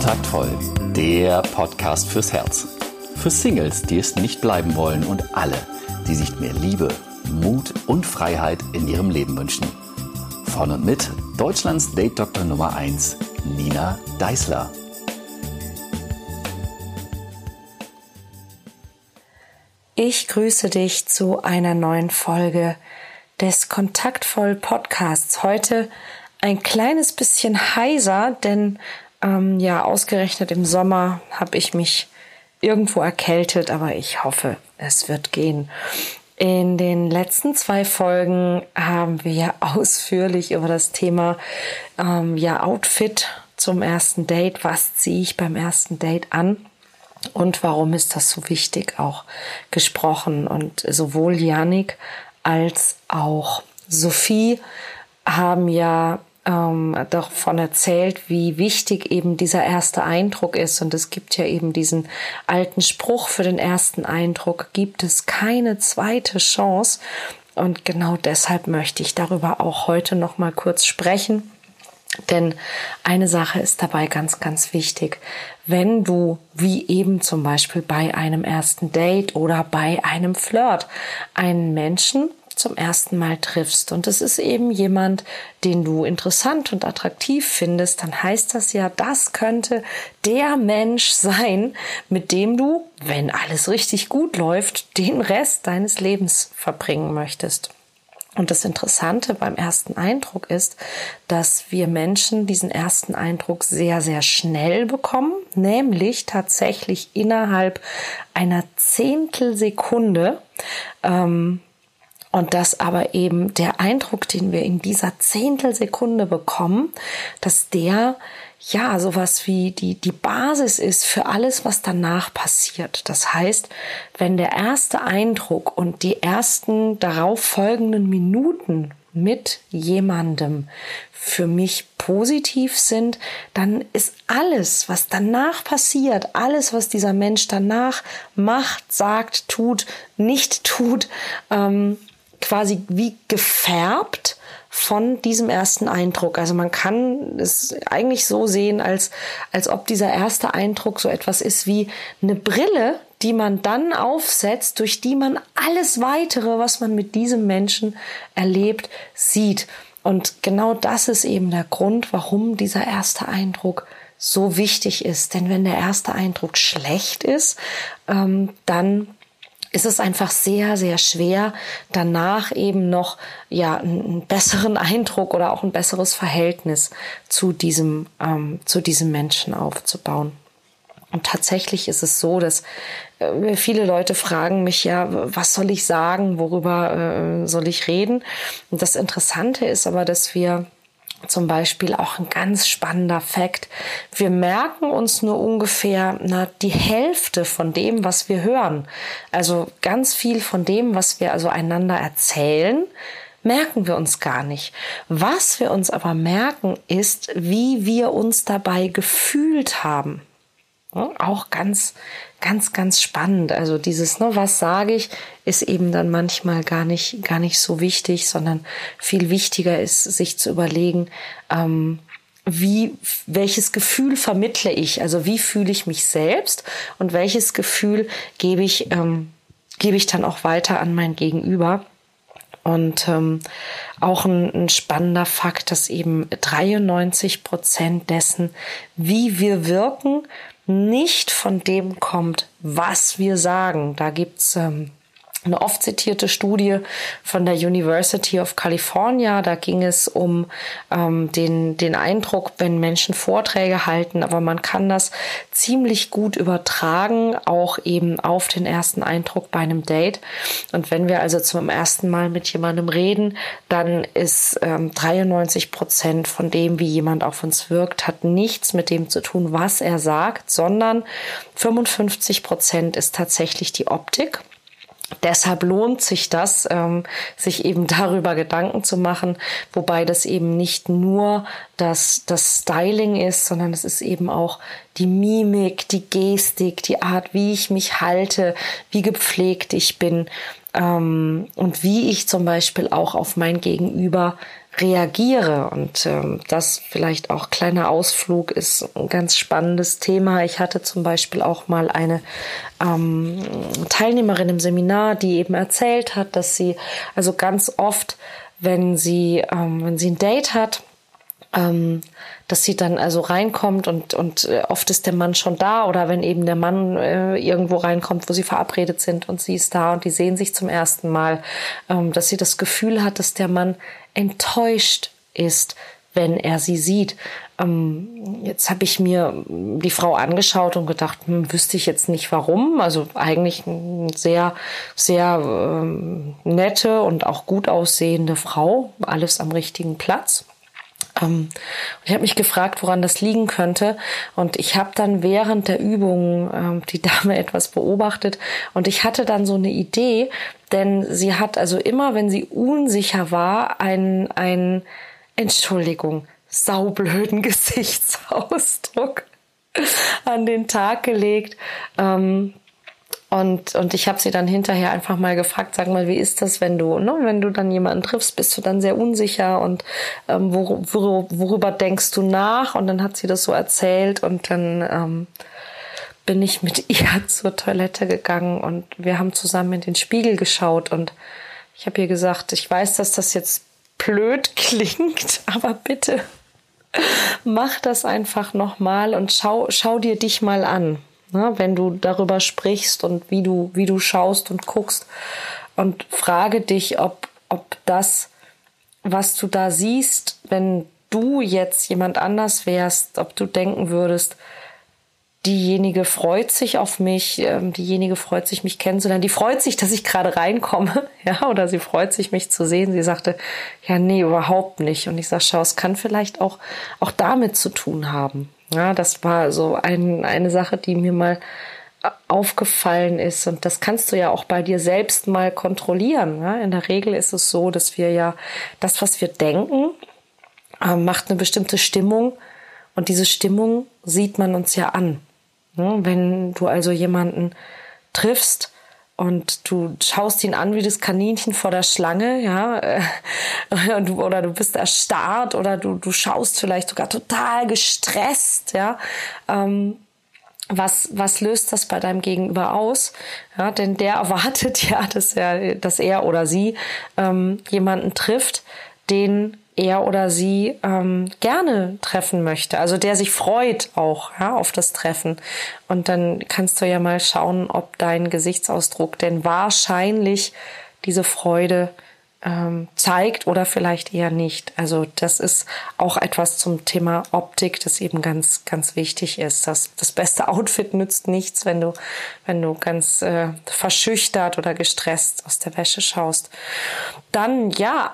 Kontaktvoll, der Podcast fürs Herz. Für Singles, die es nicht bleiben wollen und alle, die sich mehr Liebe, Mut und Freiheit in ihrem Leben wünschen. Von und mit Deutschlands Date-Doktor Nummer 1, Nina Deißler. Ich grüße dich zu einer neuen Folge des Kontaktvoll Podcasts. Heute ein kleines bisschen heiser, denn ausgerechnet im Sommer habe ich mich irgendwo erkältet, aber ich hoffe, es wird gehen. In den letzten 2 Folgen haben wir ausführlich über das Thema Outfit zum ersten Date. Was ziehe ich beim ersten Date an? Und warum ist das so wichtig, auch gesprochen. Und sowohl Yannick als auch Sophie haben ja davon erzählt, wie wichtig eben dieser erste Eindruck ist. Und es gibt ja eben diesen alten Spruch: für den ersten Eindruck gibt es keine zweite Chance. Und genau deshalb möchte ich darüber auch heute noch mal kurz sprechen. Denn eine Sache ist dabei ganz, ganz wichtig. Wenn du, wie eben zum Beispiel bei einem ersten Date oder bei einem Flirt, einen Menschen zum ersten Mal triffst und es ist eben jemand, den du interessant und attraktiv findest, dann heißt das ja, das könnte der Mensch sein, mit dem du, wenn alles richtig gut läuft, den Rest deines Lebens verbringen möchtest. Und das Interessante beim ersten Eindruck ist, dass wir Menschen diesen ersten Eindruck sehr, sehr schnell bekommen, nämlich tatsächlich innerhalb einer Zehntelsekunde. Und dass aber eben der Eindruck, den wir in dieser Zehntelsekunde bekommen, dass der sowas wie die Basis ist für alles, was danach passiert. Das heißt, wenn der erste Eindruck und die ersten darauf folgenden Minuten mit jemandem für mich positiv sind, dann ist alles, was danach passiert, alles, was dieser Mensch danach macht, sagt, tut, nicht tut, quasi wie gefärbt von diesem ersten Eindruck. Also man kann es eigentlich so sehen, als ob dieser erste Eindruck so etwas ist wie eine Brille, die man dann aufsetzt, durch die man alles Weitere, was man mit diesem Menschen erlebt, sieht. Und genau das ist eben der Grund, warum dieser erste Eindruck so wichtig ist. Denn wenn der erste Eindruck schlecht ist, dann ist es einfach sehr, sehr schwer, danach eben noch einen besseren Eindruck oder auch ein besseres Verhältnis zu diesem Menschen aufzubauen. Und tatsächlich ist es so, dass viele Leute fragen mich was soll ich sagen, worüber soll ich reden? Und das Interessante ist aber, dass wir zum Beispiel auch ein ganz spannender Fakt: wir merken uns nur ungefähr die Hälfte von dem, was wir hören. Also ganz viel von dem, was wir also einander erzählen, merken wir uns gar nicht. Was wir uns aber merken, ist, wie wir uns dabei gefühlt haben. Ja, auch ganz, ganz, ganz spannend. Also dieses, was sage ich, ist eben dann manchmal gar nicht so wichtig, sondern viel wichtiger ist, sich zu überlegen, welches Gefühl vermittle ich? Also wie fühle ich mich selbst und welches Gefühl gebe ich dann auch weiter an mein Gegenüber? Und auch ein spannender Fakt, dass eben 93% dessen, wie wir wirken, nicht von dem kommt, was wir sagen. Da gibt's eine oft zitierte Studie von der University of California. Da ging es um den Eindruck, wenn Menschen Vorträge halten, aber man kann das ziemlich gut übertragen, auch eben auf den ersten Eindruck bei einem Date. Und wenn wir also zum ersten Mal mit jemandem reden, dann ist 93% von dem, wie jemand auf uns wirkt, hat nichts mit dem zu tun, was er sagt, sondern 55% ist tatsächlich die Optik. Deshalb lohnt sich das, sich eben darüber Gedanken zu machen, wobei das eben nicht nur das Styling ist, sondern es ist eben auch die Mimik, die Gestik, die Art, wie ich mich halte, wie gepflegt ich bin und wie ich zum Beispiel auch auf mein Gegenüber reagiere. Und das vielleicht auch kleiner Ausflug ist ein ganz spannendes Thema. Ich hatte zum Beispiel auch mal eine Teilnehmerin im Seminar, die eben erzählt hat, dass sie also ganz oft, wenn sie ein Date hat, dass sie dann also reinkommt und oft ist der Mann schon da, oder wenn eben der Mann irgendwo reinkommt, wo sie verabredet sind und sie ist da und die sehen sich zum ersten Mal, dass sie das Gefühl hat, dass der Mann enttäuscht ist, wenn er sie sieht. Jetzt habe ich mir die Frau angeschaut und gedacht, wüsste ich jetzt nicht warum. Also eigentlich eine sehr, sehr nette und auch gut aussehende Frau, alles am richtigen Platz. Ich habe mich gefragt, woran das liegen könnte, und ich habe dann während der Übung die Dame etwas beobachtet und ich hatte dann so eine Idee, denn sie hat also immer, wenn sie unsicher war, einen Entschuldigung, saublöden Gesichtsausdruck an den Tag gelegt. Und ich habe sie dann hinterher einfach mal gefragt, sag mal, wie ist das, wenn du dann jemanden triffst, bist du dann sehr unsicher und worüber denkst du nach? Und dann hat sie das so erzählt und dann bin ich mit ihr zur Toilette gegangen und wir haben zusammen in den Spiegel geschaut und ich habe ihr gesagt, ich weiß, dass das jetzt blöd klingt, aber bitte mach das einfach nochmal und schau dir dich mal an. Na, wenn du darüber sprichst und wie du schaust und guckst, und frage dich, ob das, was du da siehst, wenn du jetzt jemand anders wärst, ob du denken würdest, diejenige freut sich auf mich, diejenige freut sich, mich kennenzulernen, die freut sich, dass ich gerade reinkomme, ja, oder sie freut sich, mich zu sehen. Sie sagte, ja, nee, überhaupt nicht. Und ich sage, schau, es kann vielleicht auch damit zu tun haben. Ja, das war so eine Sache, die mir mal aufgefallen ist. Und das kannst du ja auch bei dir selbst mal kontrollieren. Ja? In der Regel ist es so, dass wir ja das, was wir denken, macht eine bestimmte Stimmung. Und diese Stimmung sieht man uns ja an. Ja? Wenn du also jemanden triffst und du schaust ihn an wie das Kaninchen vor der Schlange, ja, oder du bist erstarrt oder du schaust vielleicht sogar total gestresst, ja, was löst das bei deinem Gegenüber aus? Ja, denn der erwartet ja, dass er oder sie jemanden trifft, den er oder sie gerne treffen möchte, also der sich freut auch, ja, auf das Treffen. Und dann kannst du ja mal schauen, ob dein Gesichtsausdruck denn wahrscheinlich diese Freude zeigt oder vielleicht eher nicht. Also das ist auch etwas zum Thema Optik, das eben ganz, ganz wichtig ist. Das beste Outfit nützt nichts, wenn du ganz verschüchtert oder gestresst aus der Wäsche schaust. Dann, ja,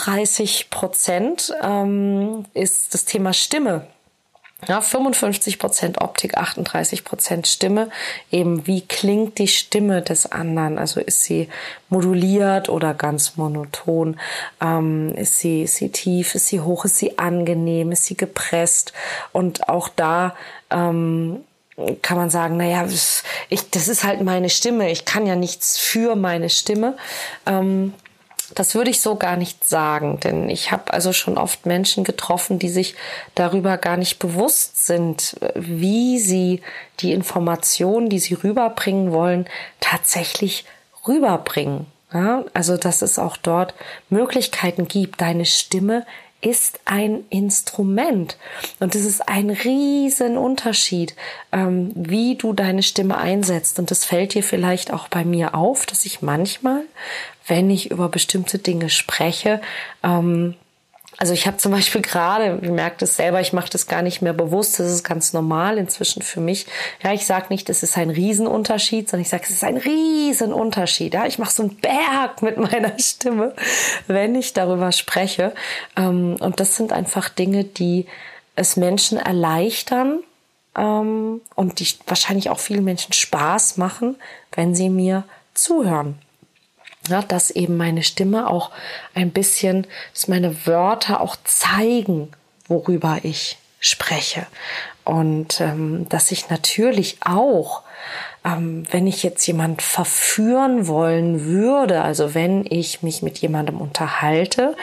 38% ist das Thema Stimme. Ja, 55% Optik, 38% Stimme. Eben, wie klingt die Stimme des anderen? Also ist sie moduliert oder ganz monoton? Ist sie tief? Ist sie hoch? Ist sie angenehm? Ist sie gepresst? Und auch da kann man sagen, naja, das ist halt meine Stimme. Ich kann ja nichts für meine Stimme. Das würde ich so gar nicht sagen, denn ich habe also schon oft Menschen getroffen, die sich darüber gar nicht bewusst sind, wie sie die Informationen, die sie rüberbringen wollen, tatsächlich rüberbringen. Ja, also dass es auch dort Möglichkeiten gibt. Deine Stimme ist ein Instrument und es ist ein riesen Unterschied, wie du deine Stimme einsetzt. Und das fällt dir vielleicht auch bei mir auf, dass ich manchmal, wenn ich über bestimmte Dinge spreche, also ich habe zum Beispiel gerade, ich merke das selber, ich mache das gar nicht mehr bewusst, das ist ganz normal inzwischen für mich. Ja, ich sage nicht, es ist ein Riesenunterschied, sondern ich sage, es ist ein Riesenunterschied. Ja, ich mache so einen Berg mit meiner Stimme, wenn ich darüber spreche. Und das sind einfach Dinge, die es Menschen erleichtern und die wahrscheinlich auch vielen Menschen Spaß machen, wenn sie mir zuhören. Ja, dass eben meine Stimme auch ein bisschen, dass meine Wörter auch zeigen, worüber ich spreche. Und dass ich natürlich auch, wenn ich jetzt jemand verführen wollen würde, also wenn ich mich mit jemandem unterhalte,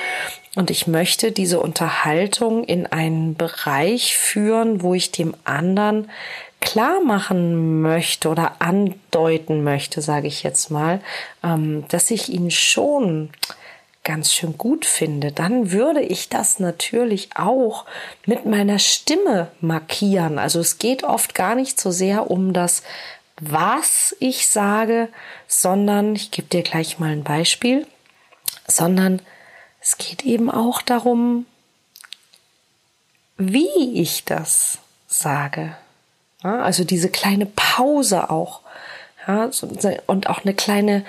und ich möchte diese Unterhaltung in einen Bereich führen, wo ich dem anderen klar machen möchte oder andeuten möchte, sage ich jetzt mal, dass ich ihn schon ganz schön gut finde, dann würde ich das natürlich auch mit meiner Stimme markieren. Also es geht oft gar nicht so sehr um das, was ich sage, sondern, ich gebe dir gleich mal ein Beispiel, sondern es geht eben auch darum, wie ich das sage. Ja, also diese kleine Pause auch. Ja, und auch eine kleine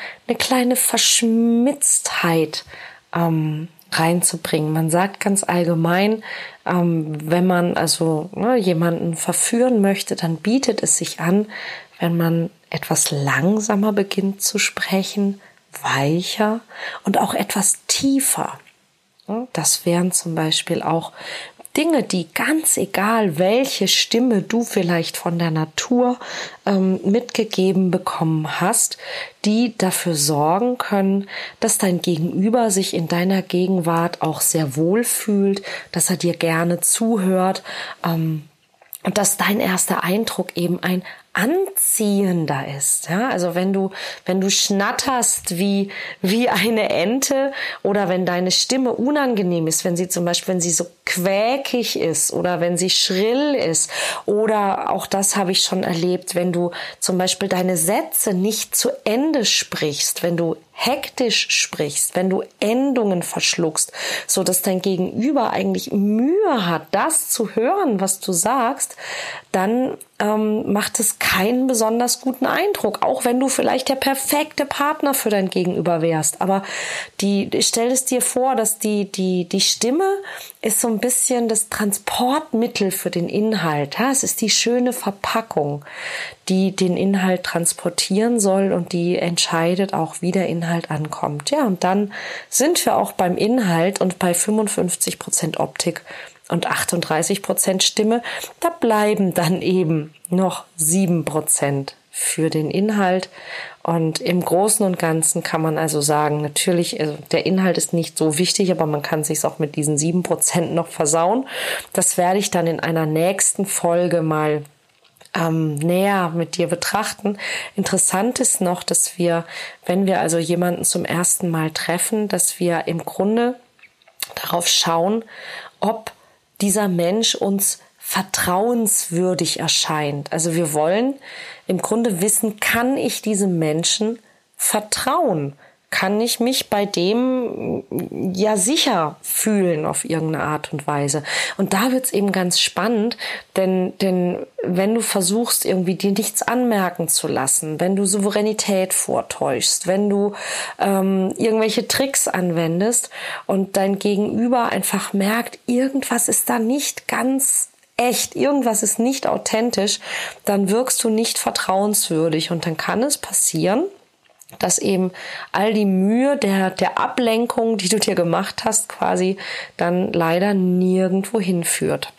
Verschmitztheit reinzubringen. Man sagt ganz allgemein, wenn man also jemanden verführen möchte, dann bietet es sich an, wenn man etwas langsamer beginnt zu sprechen, weicher und auch etwas tiefer. Ja, das wären zum Beispiel auch Dinge, die ganz egal, welche Stimme du vielleicht von der Natur mitgegeben bekommen hast, die dafür sorgen können, dass dein Gegenüber sich in deiner Gegenwart auch sehr wohl fühlt, dass er dir gerne zuhört und dass dein erster Eindruck eben ein anziehender ist. Ja, also wenn du schnatterst wie eine Ente oder wenn deine Stimme unangenehm ist, wenn sie zum Beispiel, wenn sie so quäkig ist oder wenn sie schrill ist oder auch das habe ich schon erlebt, wenn du zum Beispiel deine Sätze nicht zu Ende sprichst, wenn du hektisch sprichst, wenn du Endungen verschluckst, so dass dein Gegenüber eigentlich Mühe hat, das zu hören, was du sagst, dann macht es keinen besonders guten Eindruck, auch wenn du vielleicht der perfekte Partner für dein Gegenüber wärst. Aber stell es dir vor, dass die Stimme ist so ein bisschen das Transportmittel für den Inhalt. Ja? Es ist die schöne Verpackung, die den Inhalt transportieren soll und die entscheidet auch, wie der Inhalt ankommt. Ja, und dann sind wir auch beim Inhalt und bei 55% Optik und 38% Stimme, da bleiben dann eben noch 7% für den Inhalt. Und im Großen und Ganzen kann man also sagen, natürlich, also der Inhalt ist nicht so wichtig, aber man kann sich auch mit diesen 7% noch versauen. Das werde ich dann in einer nächsten Folge mal näher mit dir betrachten. Interessant ist noch, dass wir, wenn wir also jemanden zum ersten Mal treffen, dass wir im Grunde darauf schauen, ob dieser Mensch uns vertrauenswürdig erscheint. Also wir wollen im Grunde wissen, kann ich diesem Menschen vertrauen? Kann ich mich bei dem ja sicher fühlen auf irgendeine Art und Weise? Und da wird's eben ganz spannend, denn wenn du versuchst, irgendwie dir nichts anmerken zu lassen, wenn du Souveränität vortäuschst, wenn du irgendwelche Tricks anwendest und dein Gegenüber einfach merkt, irgendwas ist da nicht ganz echt, irgendwas ist nicht authentisch, dann wirkst du nicht vertrauenswürdig und dann kann es passieren, dass eben all die Mühe der Ablenkung, die du dir gemacht hast, quasi dann leider nirgendwo hinführt.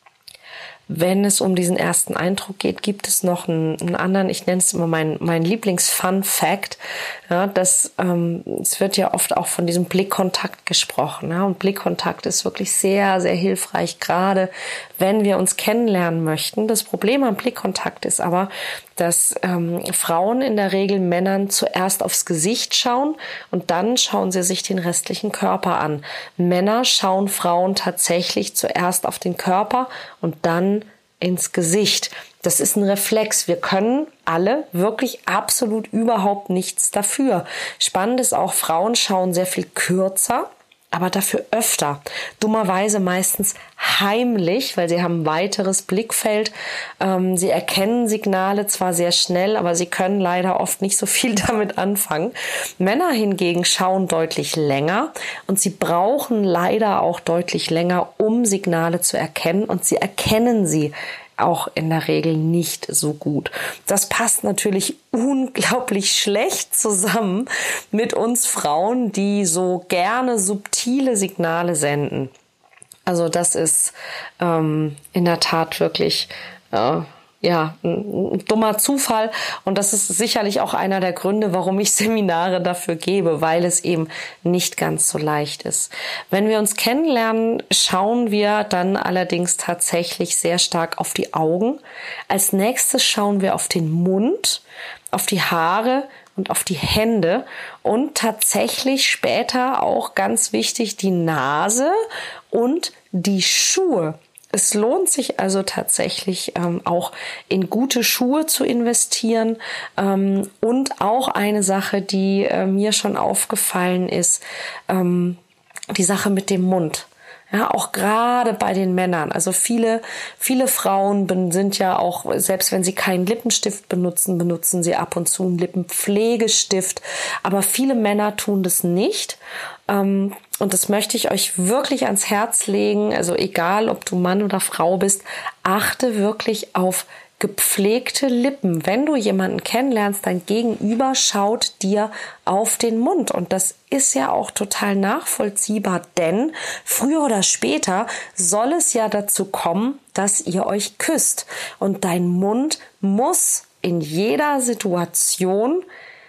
Wenn es um diesen ersten Eindruck geht, gibt es noch einen anderen, ich nenne es immer mein Lieblings-Fun-Fact. Ja, es wird ja oft auch von diesem Blickkontakt gesprochen. Ja, und Blickkontakt ist wirklich sehr, sehr hilfreich, gerade wenn wir uns kennenlernen möchten. Das Problem am Blickkontakt ist aber, dass Frauen in der Regel Männern zuerst aufs Gesicht schauen und dann schauen sie sich den restlichen Körper an. Männer schauen Frauen tatsächlich zuerst auf den Körper und dann ins Gesicht. Das ist ein Reflex. Wir können alle wirklich absolut überhaupt nichts dafür. Spannend ist auch, Frauen schauen sehr viel kürzer, aber dafür öfter. Dummerweise meistens heimlich, weil sie haben ein weiteres Blickfeld. Sie erkennen Signale zwar sehr schnell, aber sie können leider oft nicht so viel damit anfangen. Männer hingegen schauen deutlich länger und sie brauchen leider auch deutlich länger, um Signale zu erkennen, und sie erkennen sie auch in der Regel nicht so gut. Das passt natürlich unglaublich schlecht zusammen mit uns Frauen, die so gerne subtile Signale senden. Also das ist in der Tat wirklich ein dummer Zufall. Und das ist sicherlich auch einer der Gründe, warum ich Seminare dafür gebe, weil es eben nicht ganz so leicht ist. Wenn wir uns kennenlernen, schauen wir dann allerdings tatsächlich sehr stark auf die Augen. Als nächstes schauen wir auf den Mund, auf die Haare und auf die Hände und tatsächlich später auch ganz wichtig die Nase und die Schuhe. Es lohnt sich also tatsächlich auch in gute Schuhe zu investieren. Und auch eine Sache, die mir schon aufgefallen ist, die Sache mit dem Mund. Ja, auch gerade bei den Männern. Also viele Frauen sind ja auch, selbst wenn sie keinen Lippenstift benutzen sie ab und zu einen Lippenpflegestift. Aber viele Männer tun das nicht. Und das möchte ich euch wirklich ans Herz legen. Also egal, ob du Mann oder Frau bist, achte wirklich auf gepflegte Lippen. Wenn du jemanden kennenlernst, dein Gegenüber schaut dir auf den Mund. Und das ist ja auch total nachvollziehbar, denn früher oder später soll es ja dazu kommen, dass ihr euch küsst. Und dein Mund muss in jeder Situation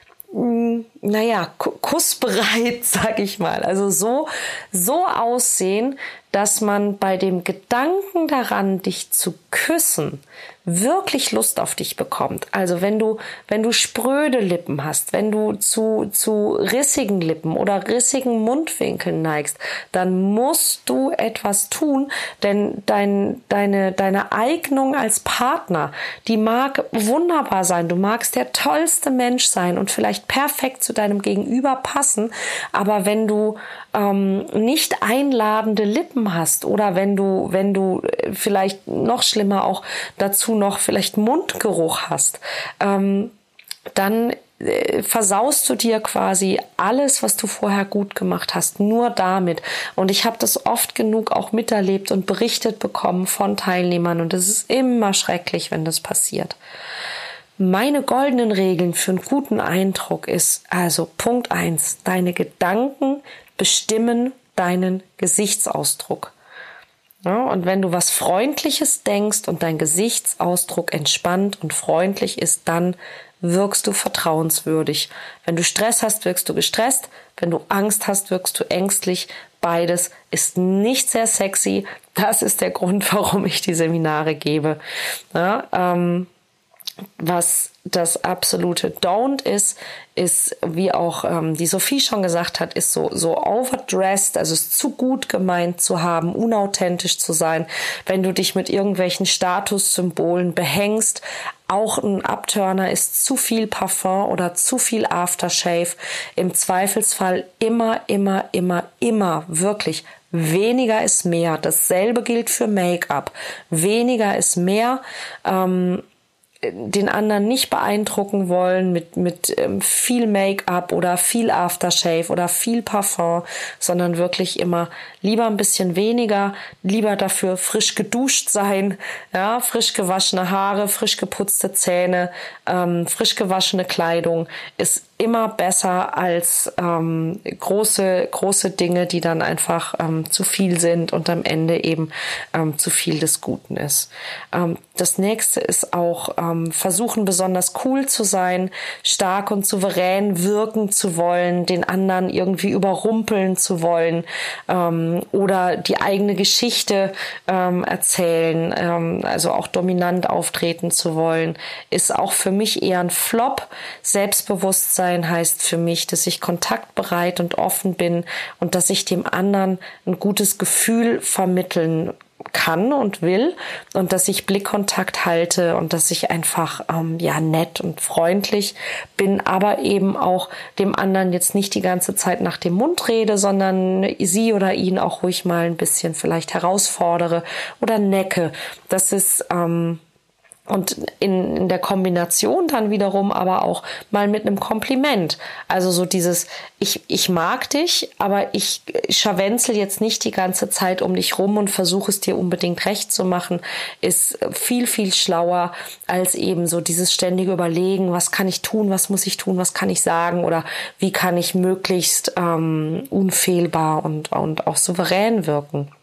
kussbereit, sag ich mal. Also so aussehen, dass man bei dem Gedanken daran, dich zu küssen, wirklich Lust auf dich bekommt. Also wenn du spröde Lippen hast, wenn du zu rissigen Lippen oder rissigen Mundwinkeln neigst, dann musst du etwas tun, denn deine Eignung als Partner, die mag wunderbar sein. Du magst der tollste Mensch sein und vielleicht perfekt zu deinem Gegenüber passen, aber wenn du nicht einladende Lippen hast oder wenn du vielleicht noch schlimmer auch dazu noch vielleicht Mundgeruch hast, dann versaust du dir quasi alles, was du vorher gut gemacht hast, nur damit. Und ich habe das oft genug auch miterlebt und berichtet bekommen von Teilnehmern und es ist immer schrecklich, wenn das passiert. Meine goldenen Regeln für einen guten Eindruck ist also Punkt 1, deine Gedanken bestimmen deinen Gesichtsausdruck. Ja, und wenn du was Freundliches denkst und dein Gesichtsausdruck entspannt und freundlich ist, dann wirkst du vertrauenswürdig. Wenn du Stress hast, wirkst du gestresst. Wenn du Angst hast, wirkst du ängstlich. Beides ist nicht sehr sexy. Das ist der Grund, warum ich die Seminare gebe. Ja, was das absolute Don't ist, wie auch die Sophie schon gesagt hat, ist so overdressed, also es zu gut gemeint zu haben, unauthentisch zu sein, wenn du dich mit irgendwelchen Statussymbolen behängst. Auch ein Abturner ist zu viel Parfum oder zu viel Aftershave. Im Zweifelsfall immer wirklich weniger ist mehr. Dasselbe gilt für Make-up. Weniger ist mehr. Den anderen nicht beeindrucken wollen mit viel Make-up oder viel Aftershave oder viel Parfum, sondern wirklich immer lieber ein bisschen weniger, lieber dafür frisch geduscht sein, ja, frisch gewaschene Haare, frisch geputzte Zähne, frisch gewaschene Kleidung ist immer besser als große Dinge, die dann einfach zu viel sind und am Ende eben zu viel des Guten ist. Das nächste ist auch versuchen, besonders cool zu sein, stark und souverän wirken zu wollen, den anderen irgendwie überrumpeln zu wollen oder die eigene Geschichte erzählen, also auch dominant auftreten zu wollen, ist auch für mich eher ein Flop. Selbstbewusstsein heißt für mich, dass ich kontaktbereit und offen bin und dass ich dem anderen ein gutes Gefühl vermitteln kann und will und dass ich Blickkontakt halte und dass ich einfach nett und freundlich bin, aber eben auch dem anderen jetzt nicht die ganze Zeit nach dem Mund rede, sondern sie oder ihn auch ruhig mal ein bisschen vielleicht herausfordere oder necke. Das ist und in der Kombination dann wiederum aber auch mal mit einem Kompliment. Also so dieses, ich mag dich, aber ich scharwenzel jetzt nicht die ganze Zeit um dich rum und versuche es dir unbedingt recht zu machen, ist viel, viel schlauer als eben so dieses ständige Überlegen, was kann ich tun, was muss ich tun, was kann ich sagen oder wie kann ich möglichst unfehlbar und auch souverän wirken.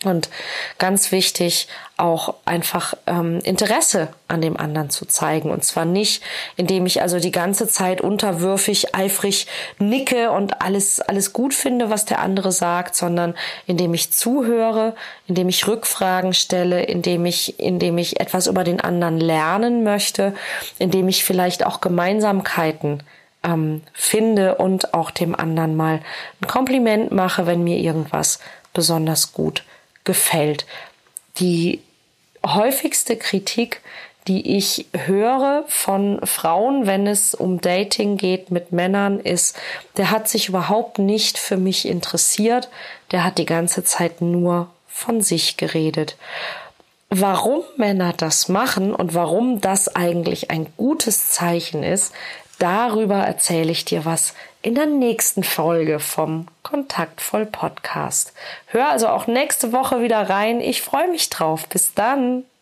Und ganz wichtig, auch einfach Interesse an dem anderen zu zeigen. Und zwar nicht, indem ich also die ganze Zeit unterwürfig, eifrig nicke und alles gut finde, was der andere sagt, sondern indem ich zuhöre, indem ich Rückfragen stelle, indem ich etwas über den anderen lernen möchte, indem ich vielleicht auch Gemeinsamkeiten finde und auch dem anderen mal ein Kompliment mache, wenn mir irgendwas besonders gut gefällt. Die häufigste Kritik, die ich höre von Frauen, wenn es um Dating geht mit Männern, ist, der hat sich überhaupt nicht für mich interessiert, der hat die ganze Zeit nur von sich geredet. Warum Männer das machen und warum das eigentlich ein gutes Zeichen ist, darüber erzähle ich dir was in der nächsten Folge vom Kontaktvoll Podcast. Hör also auch nächste Woche wieder rein. Ich freue mich drauf. Bis dann.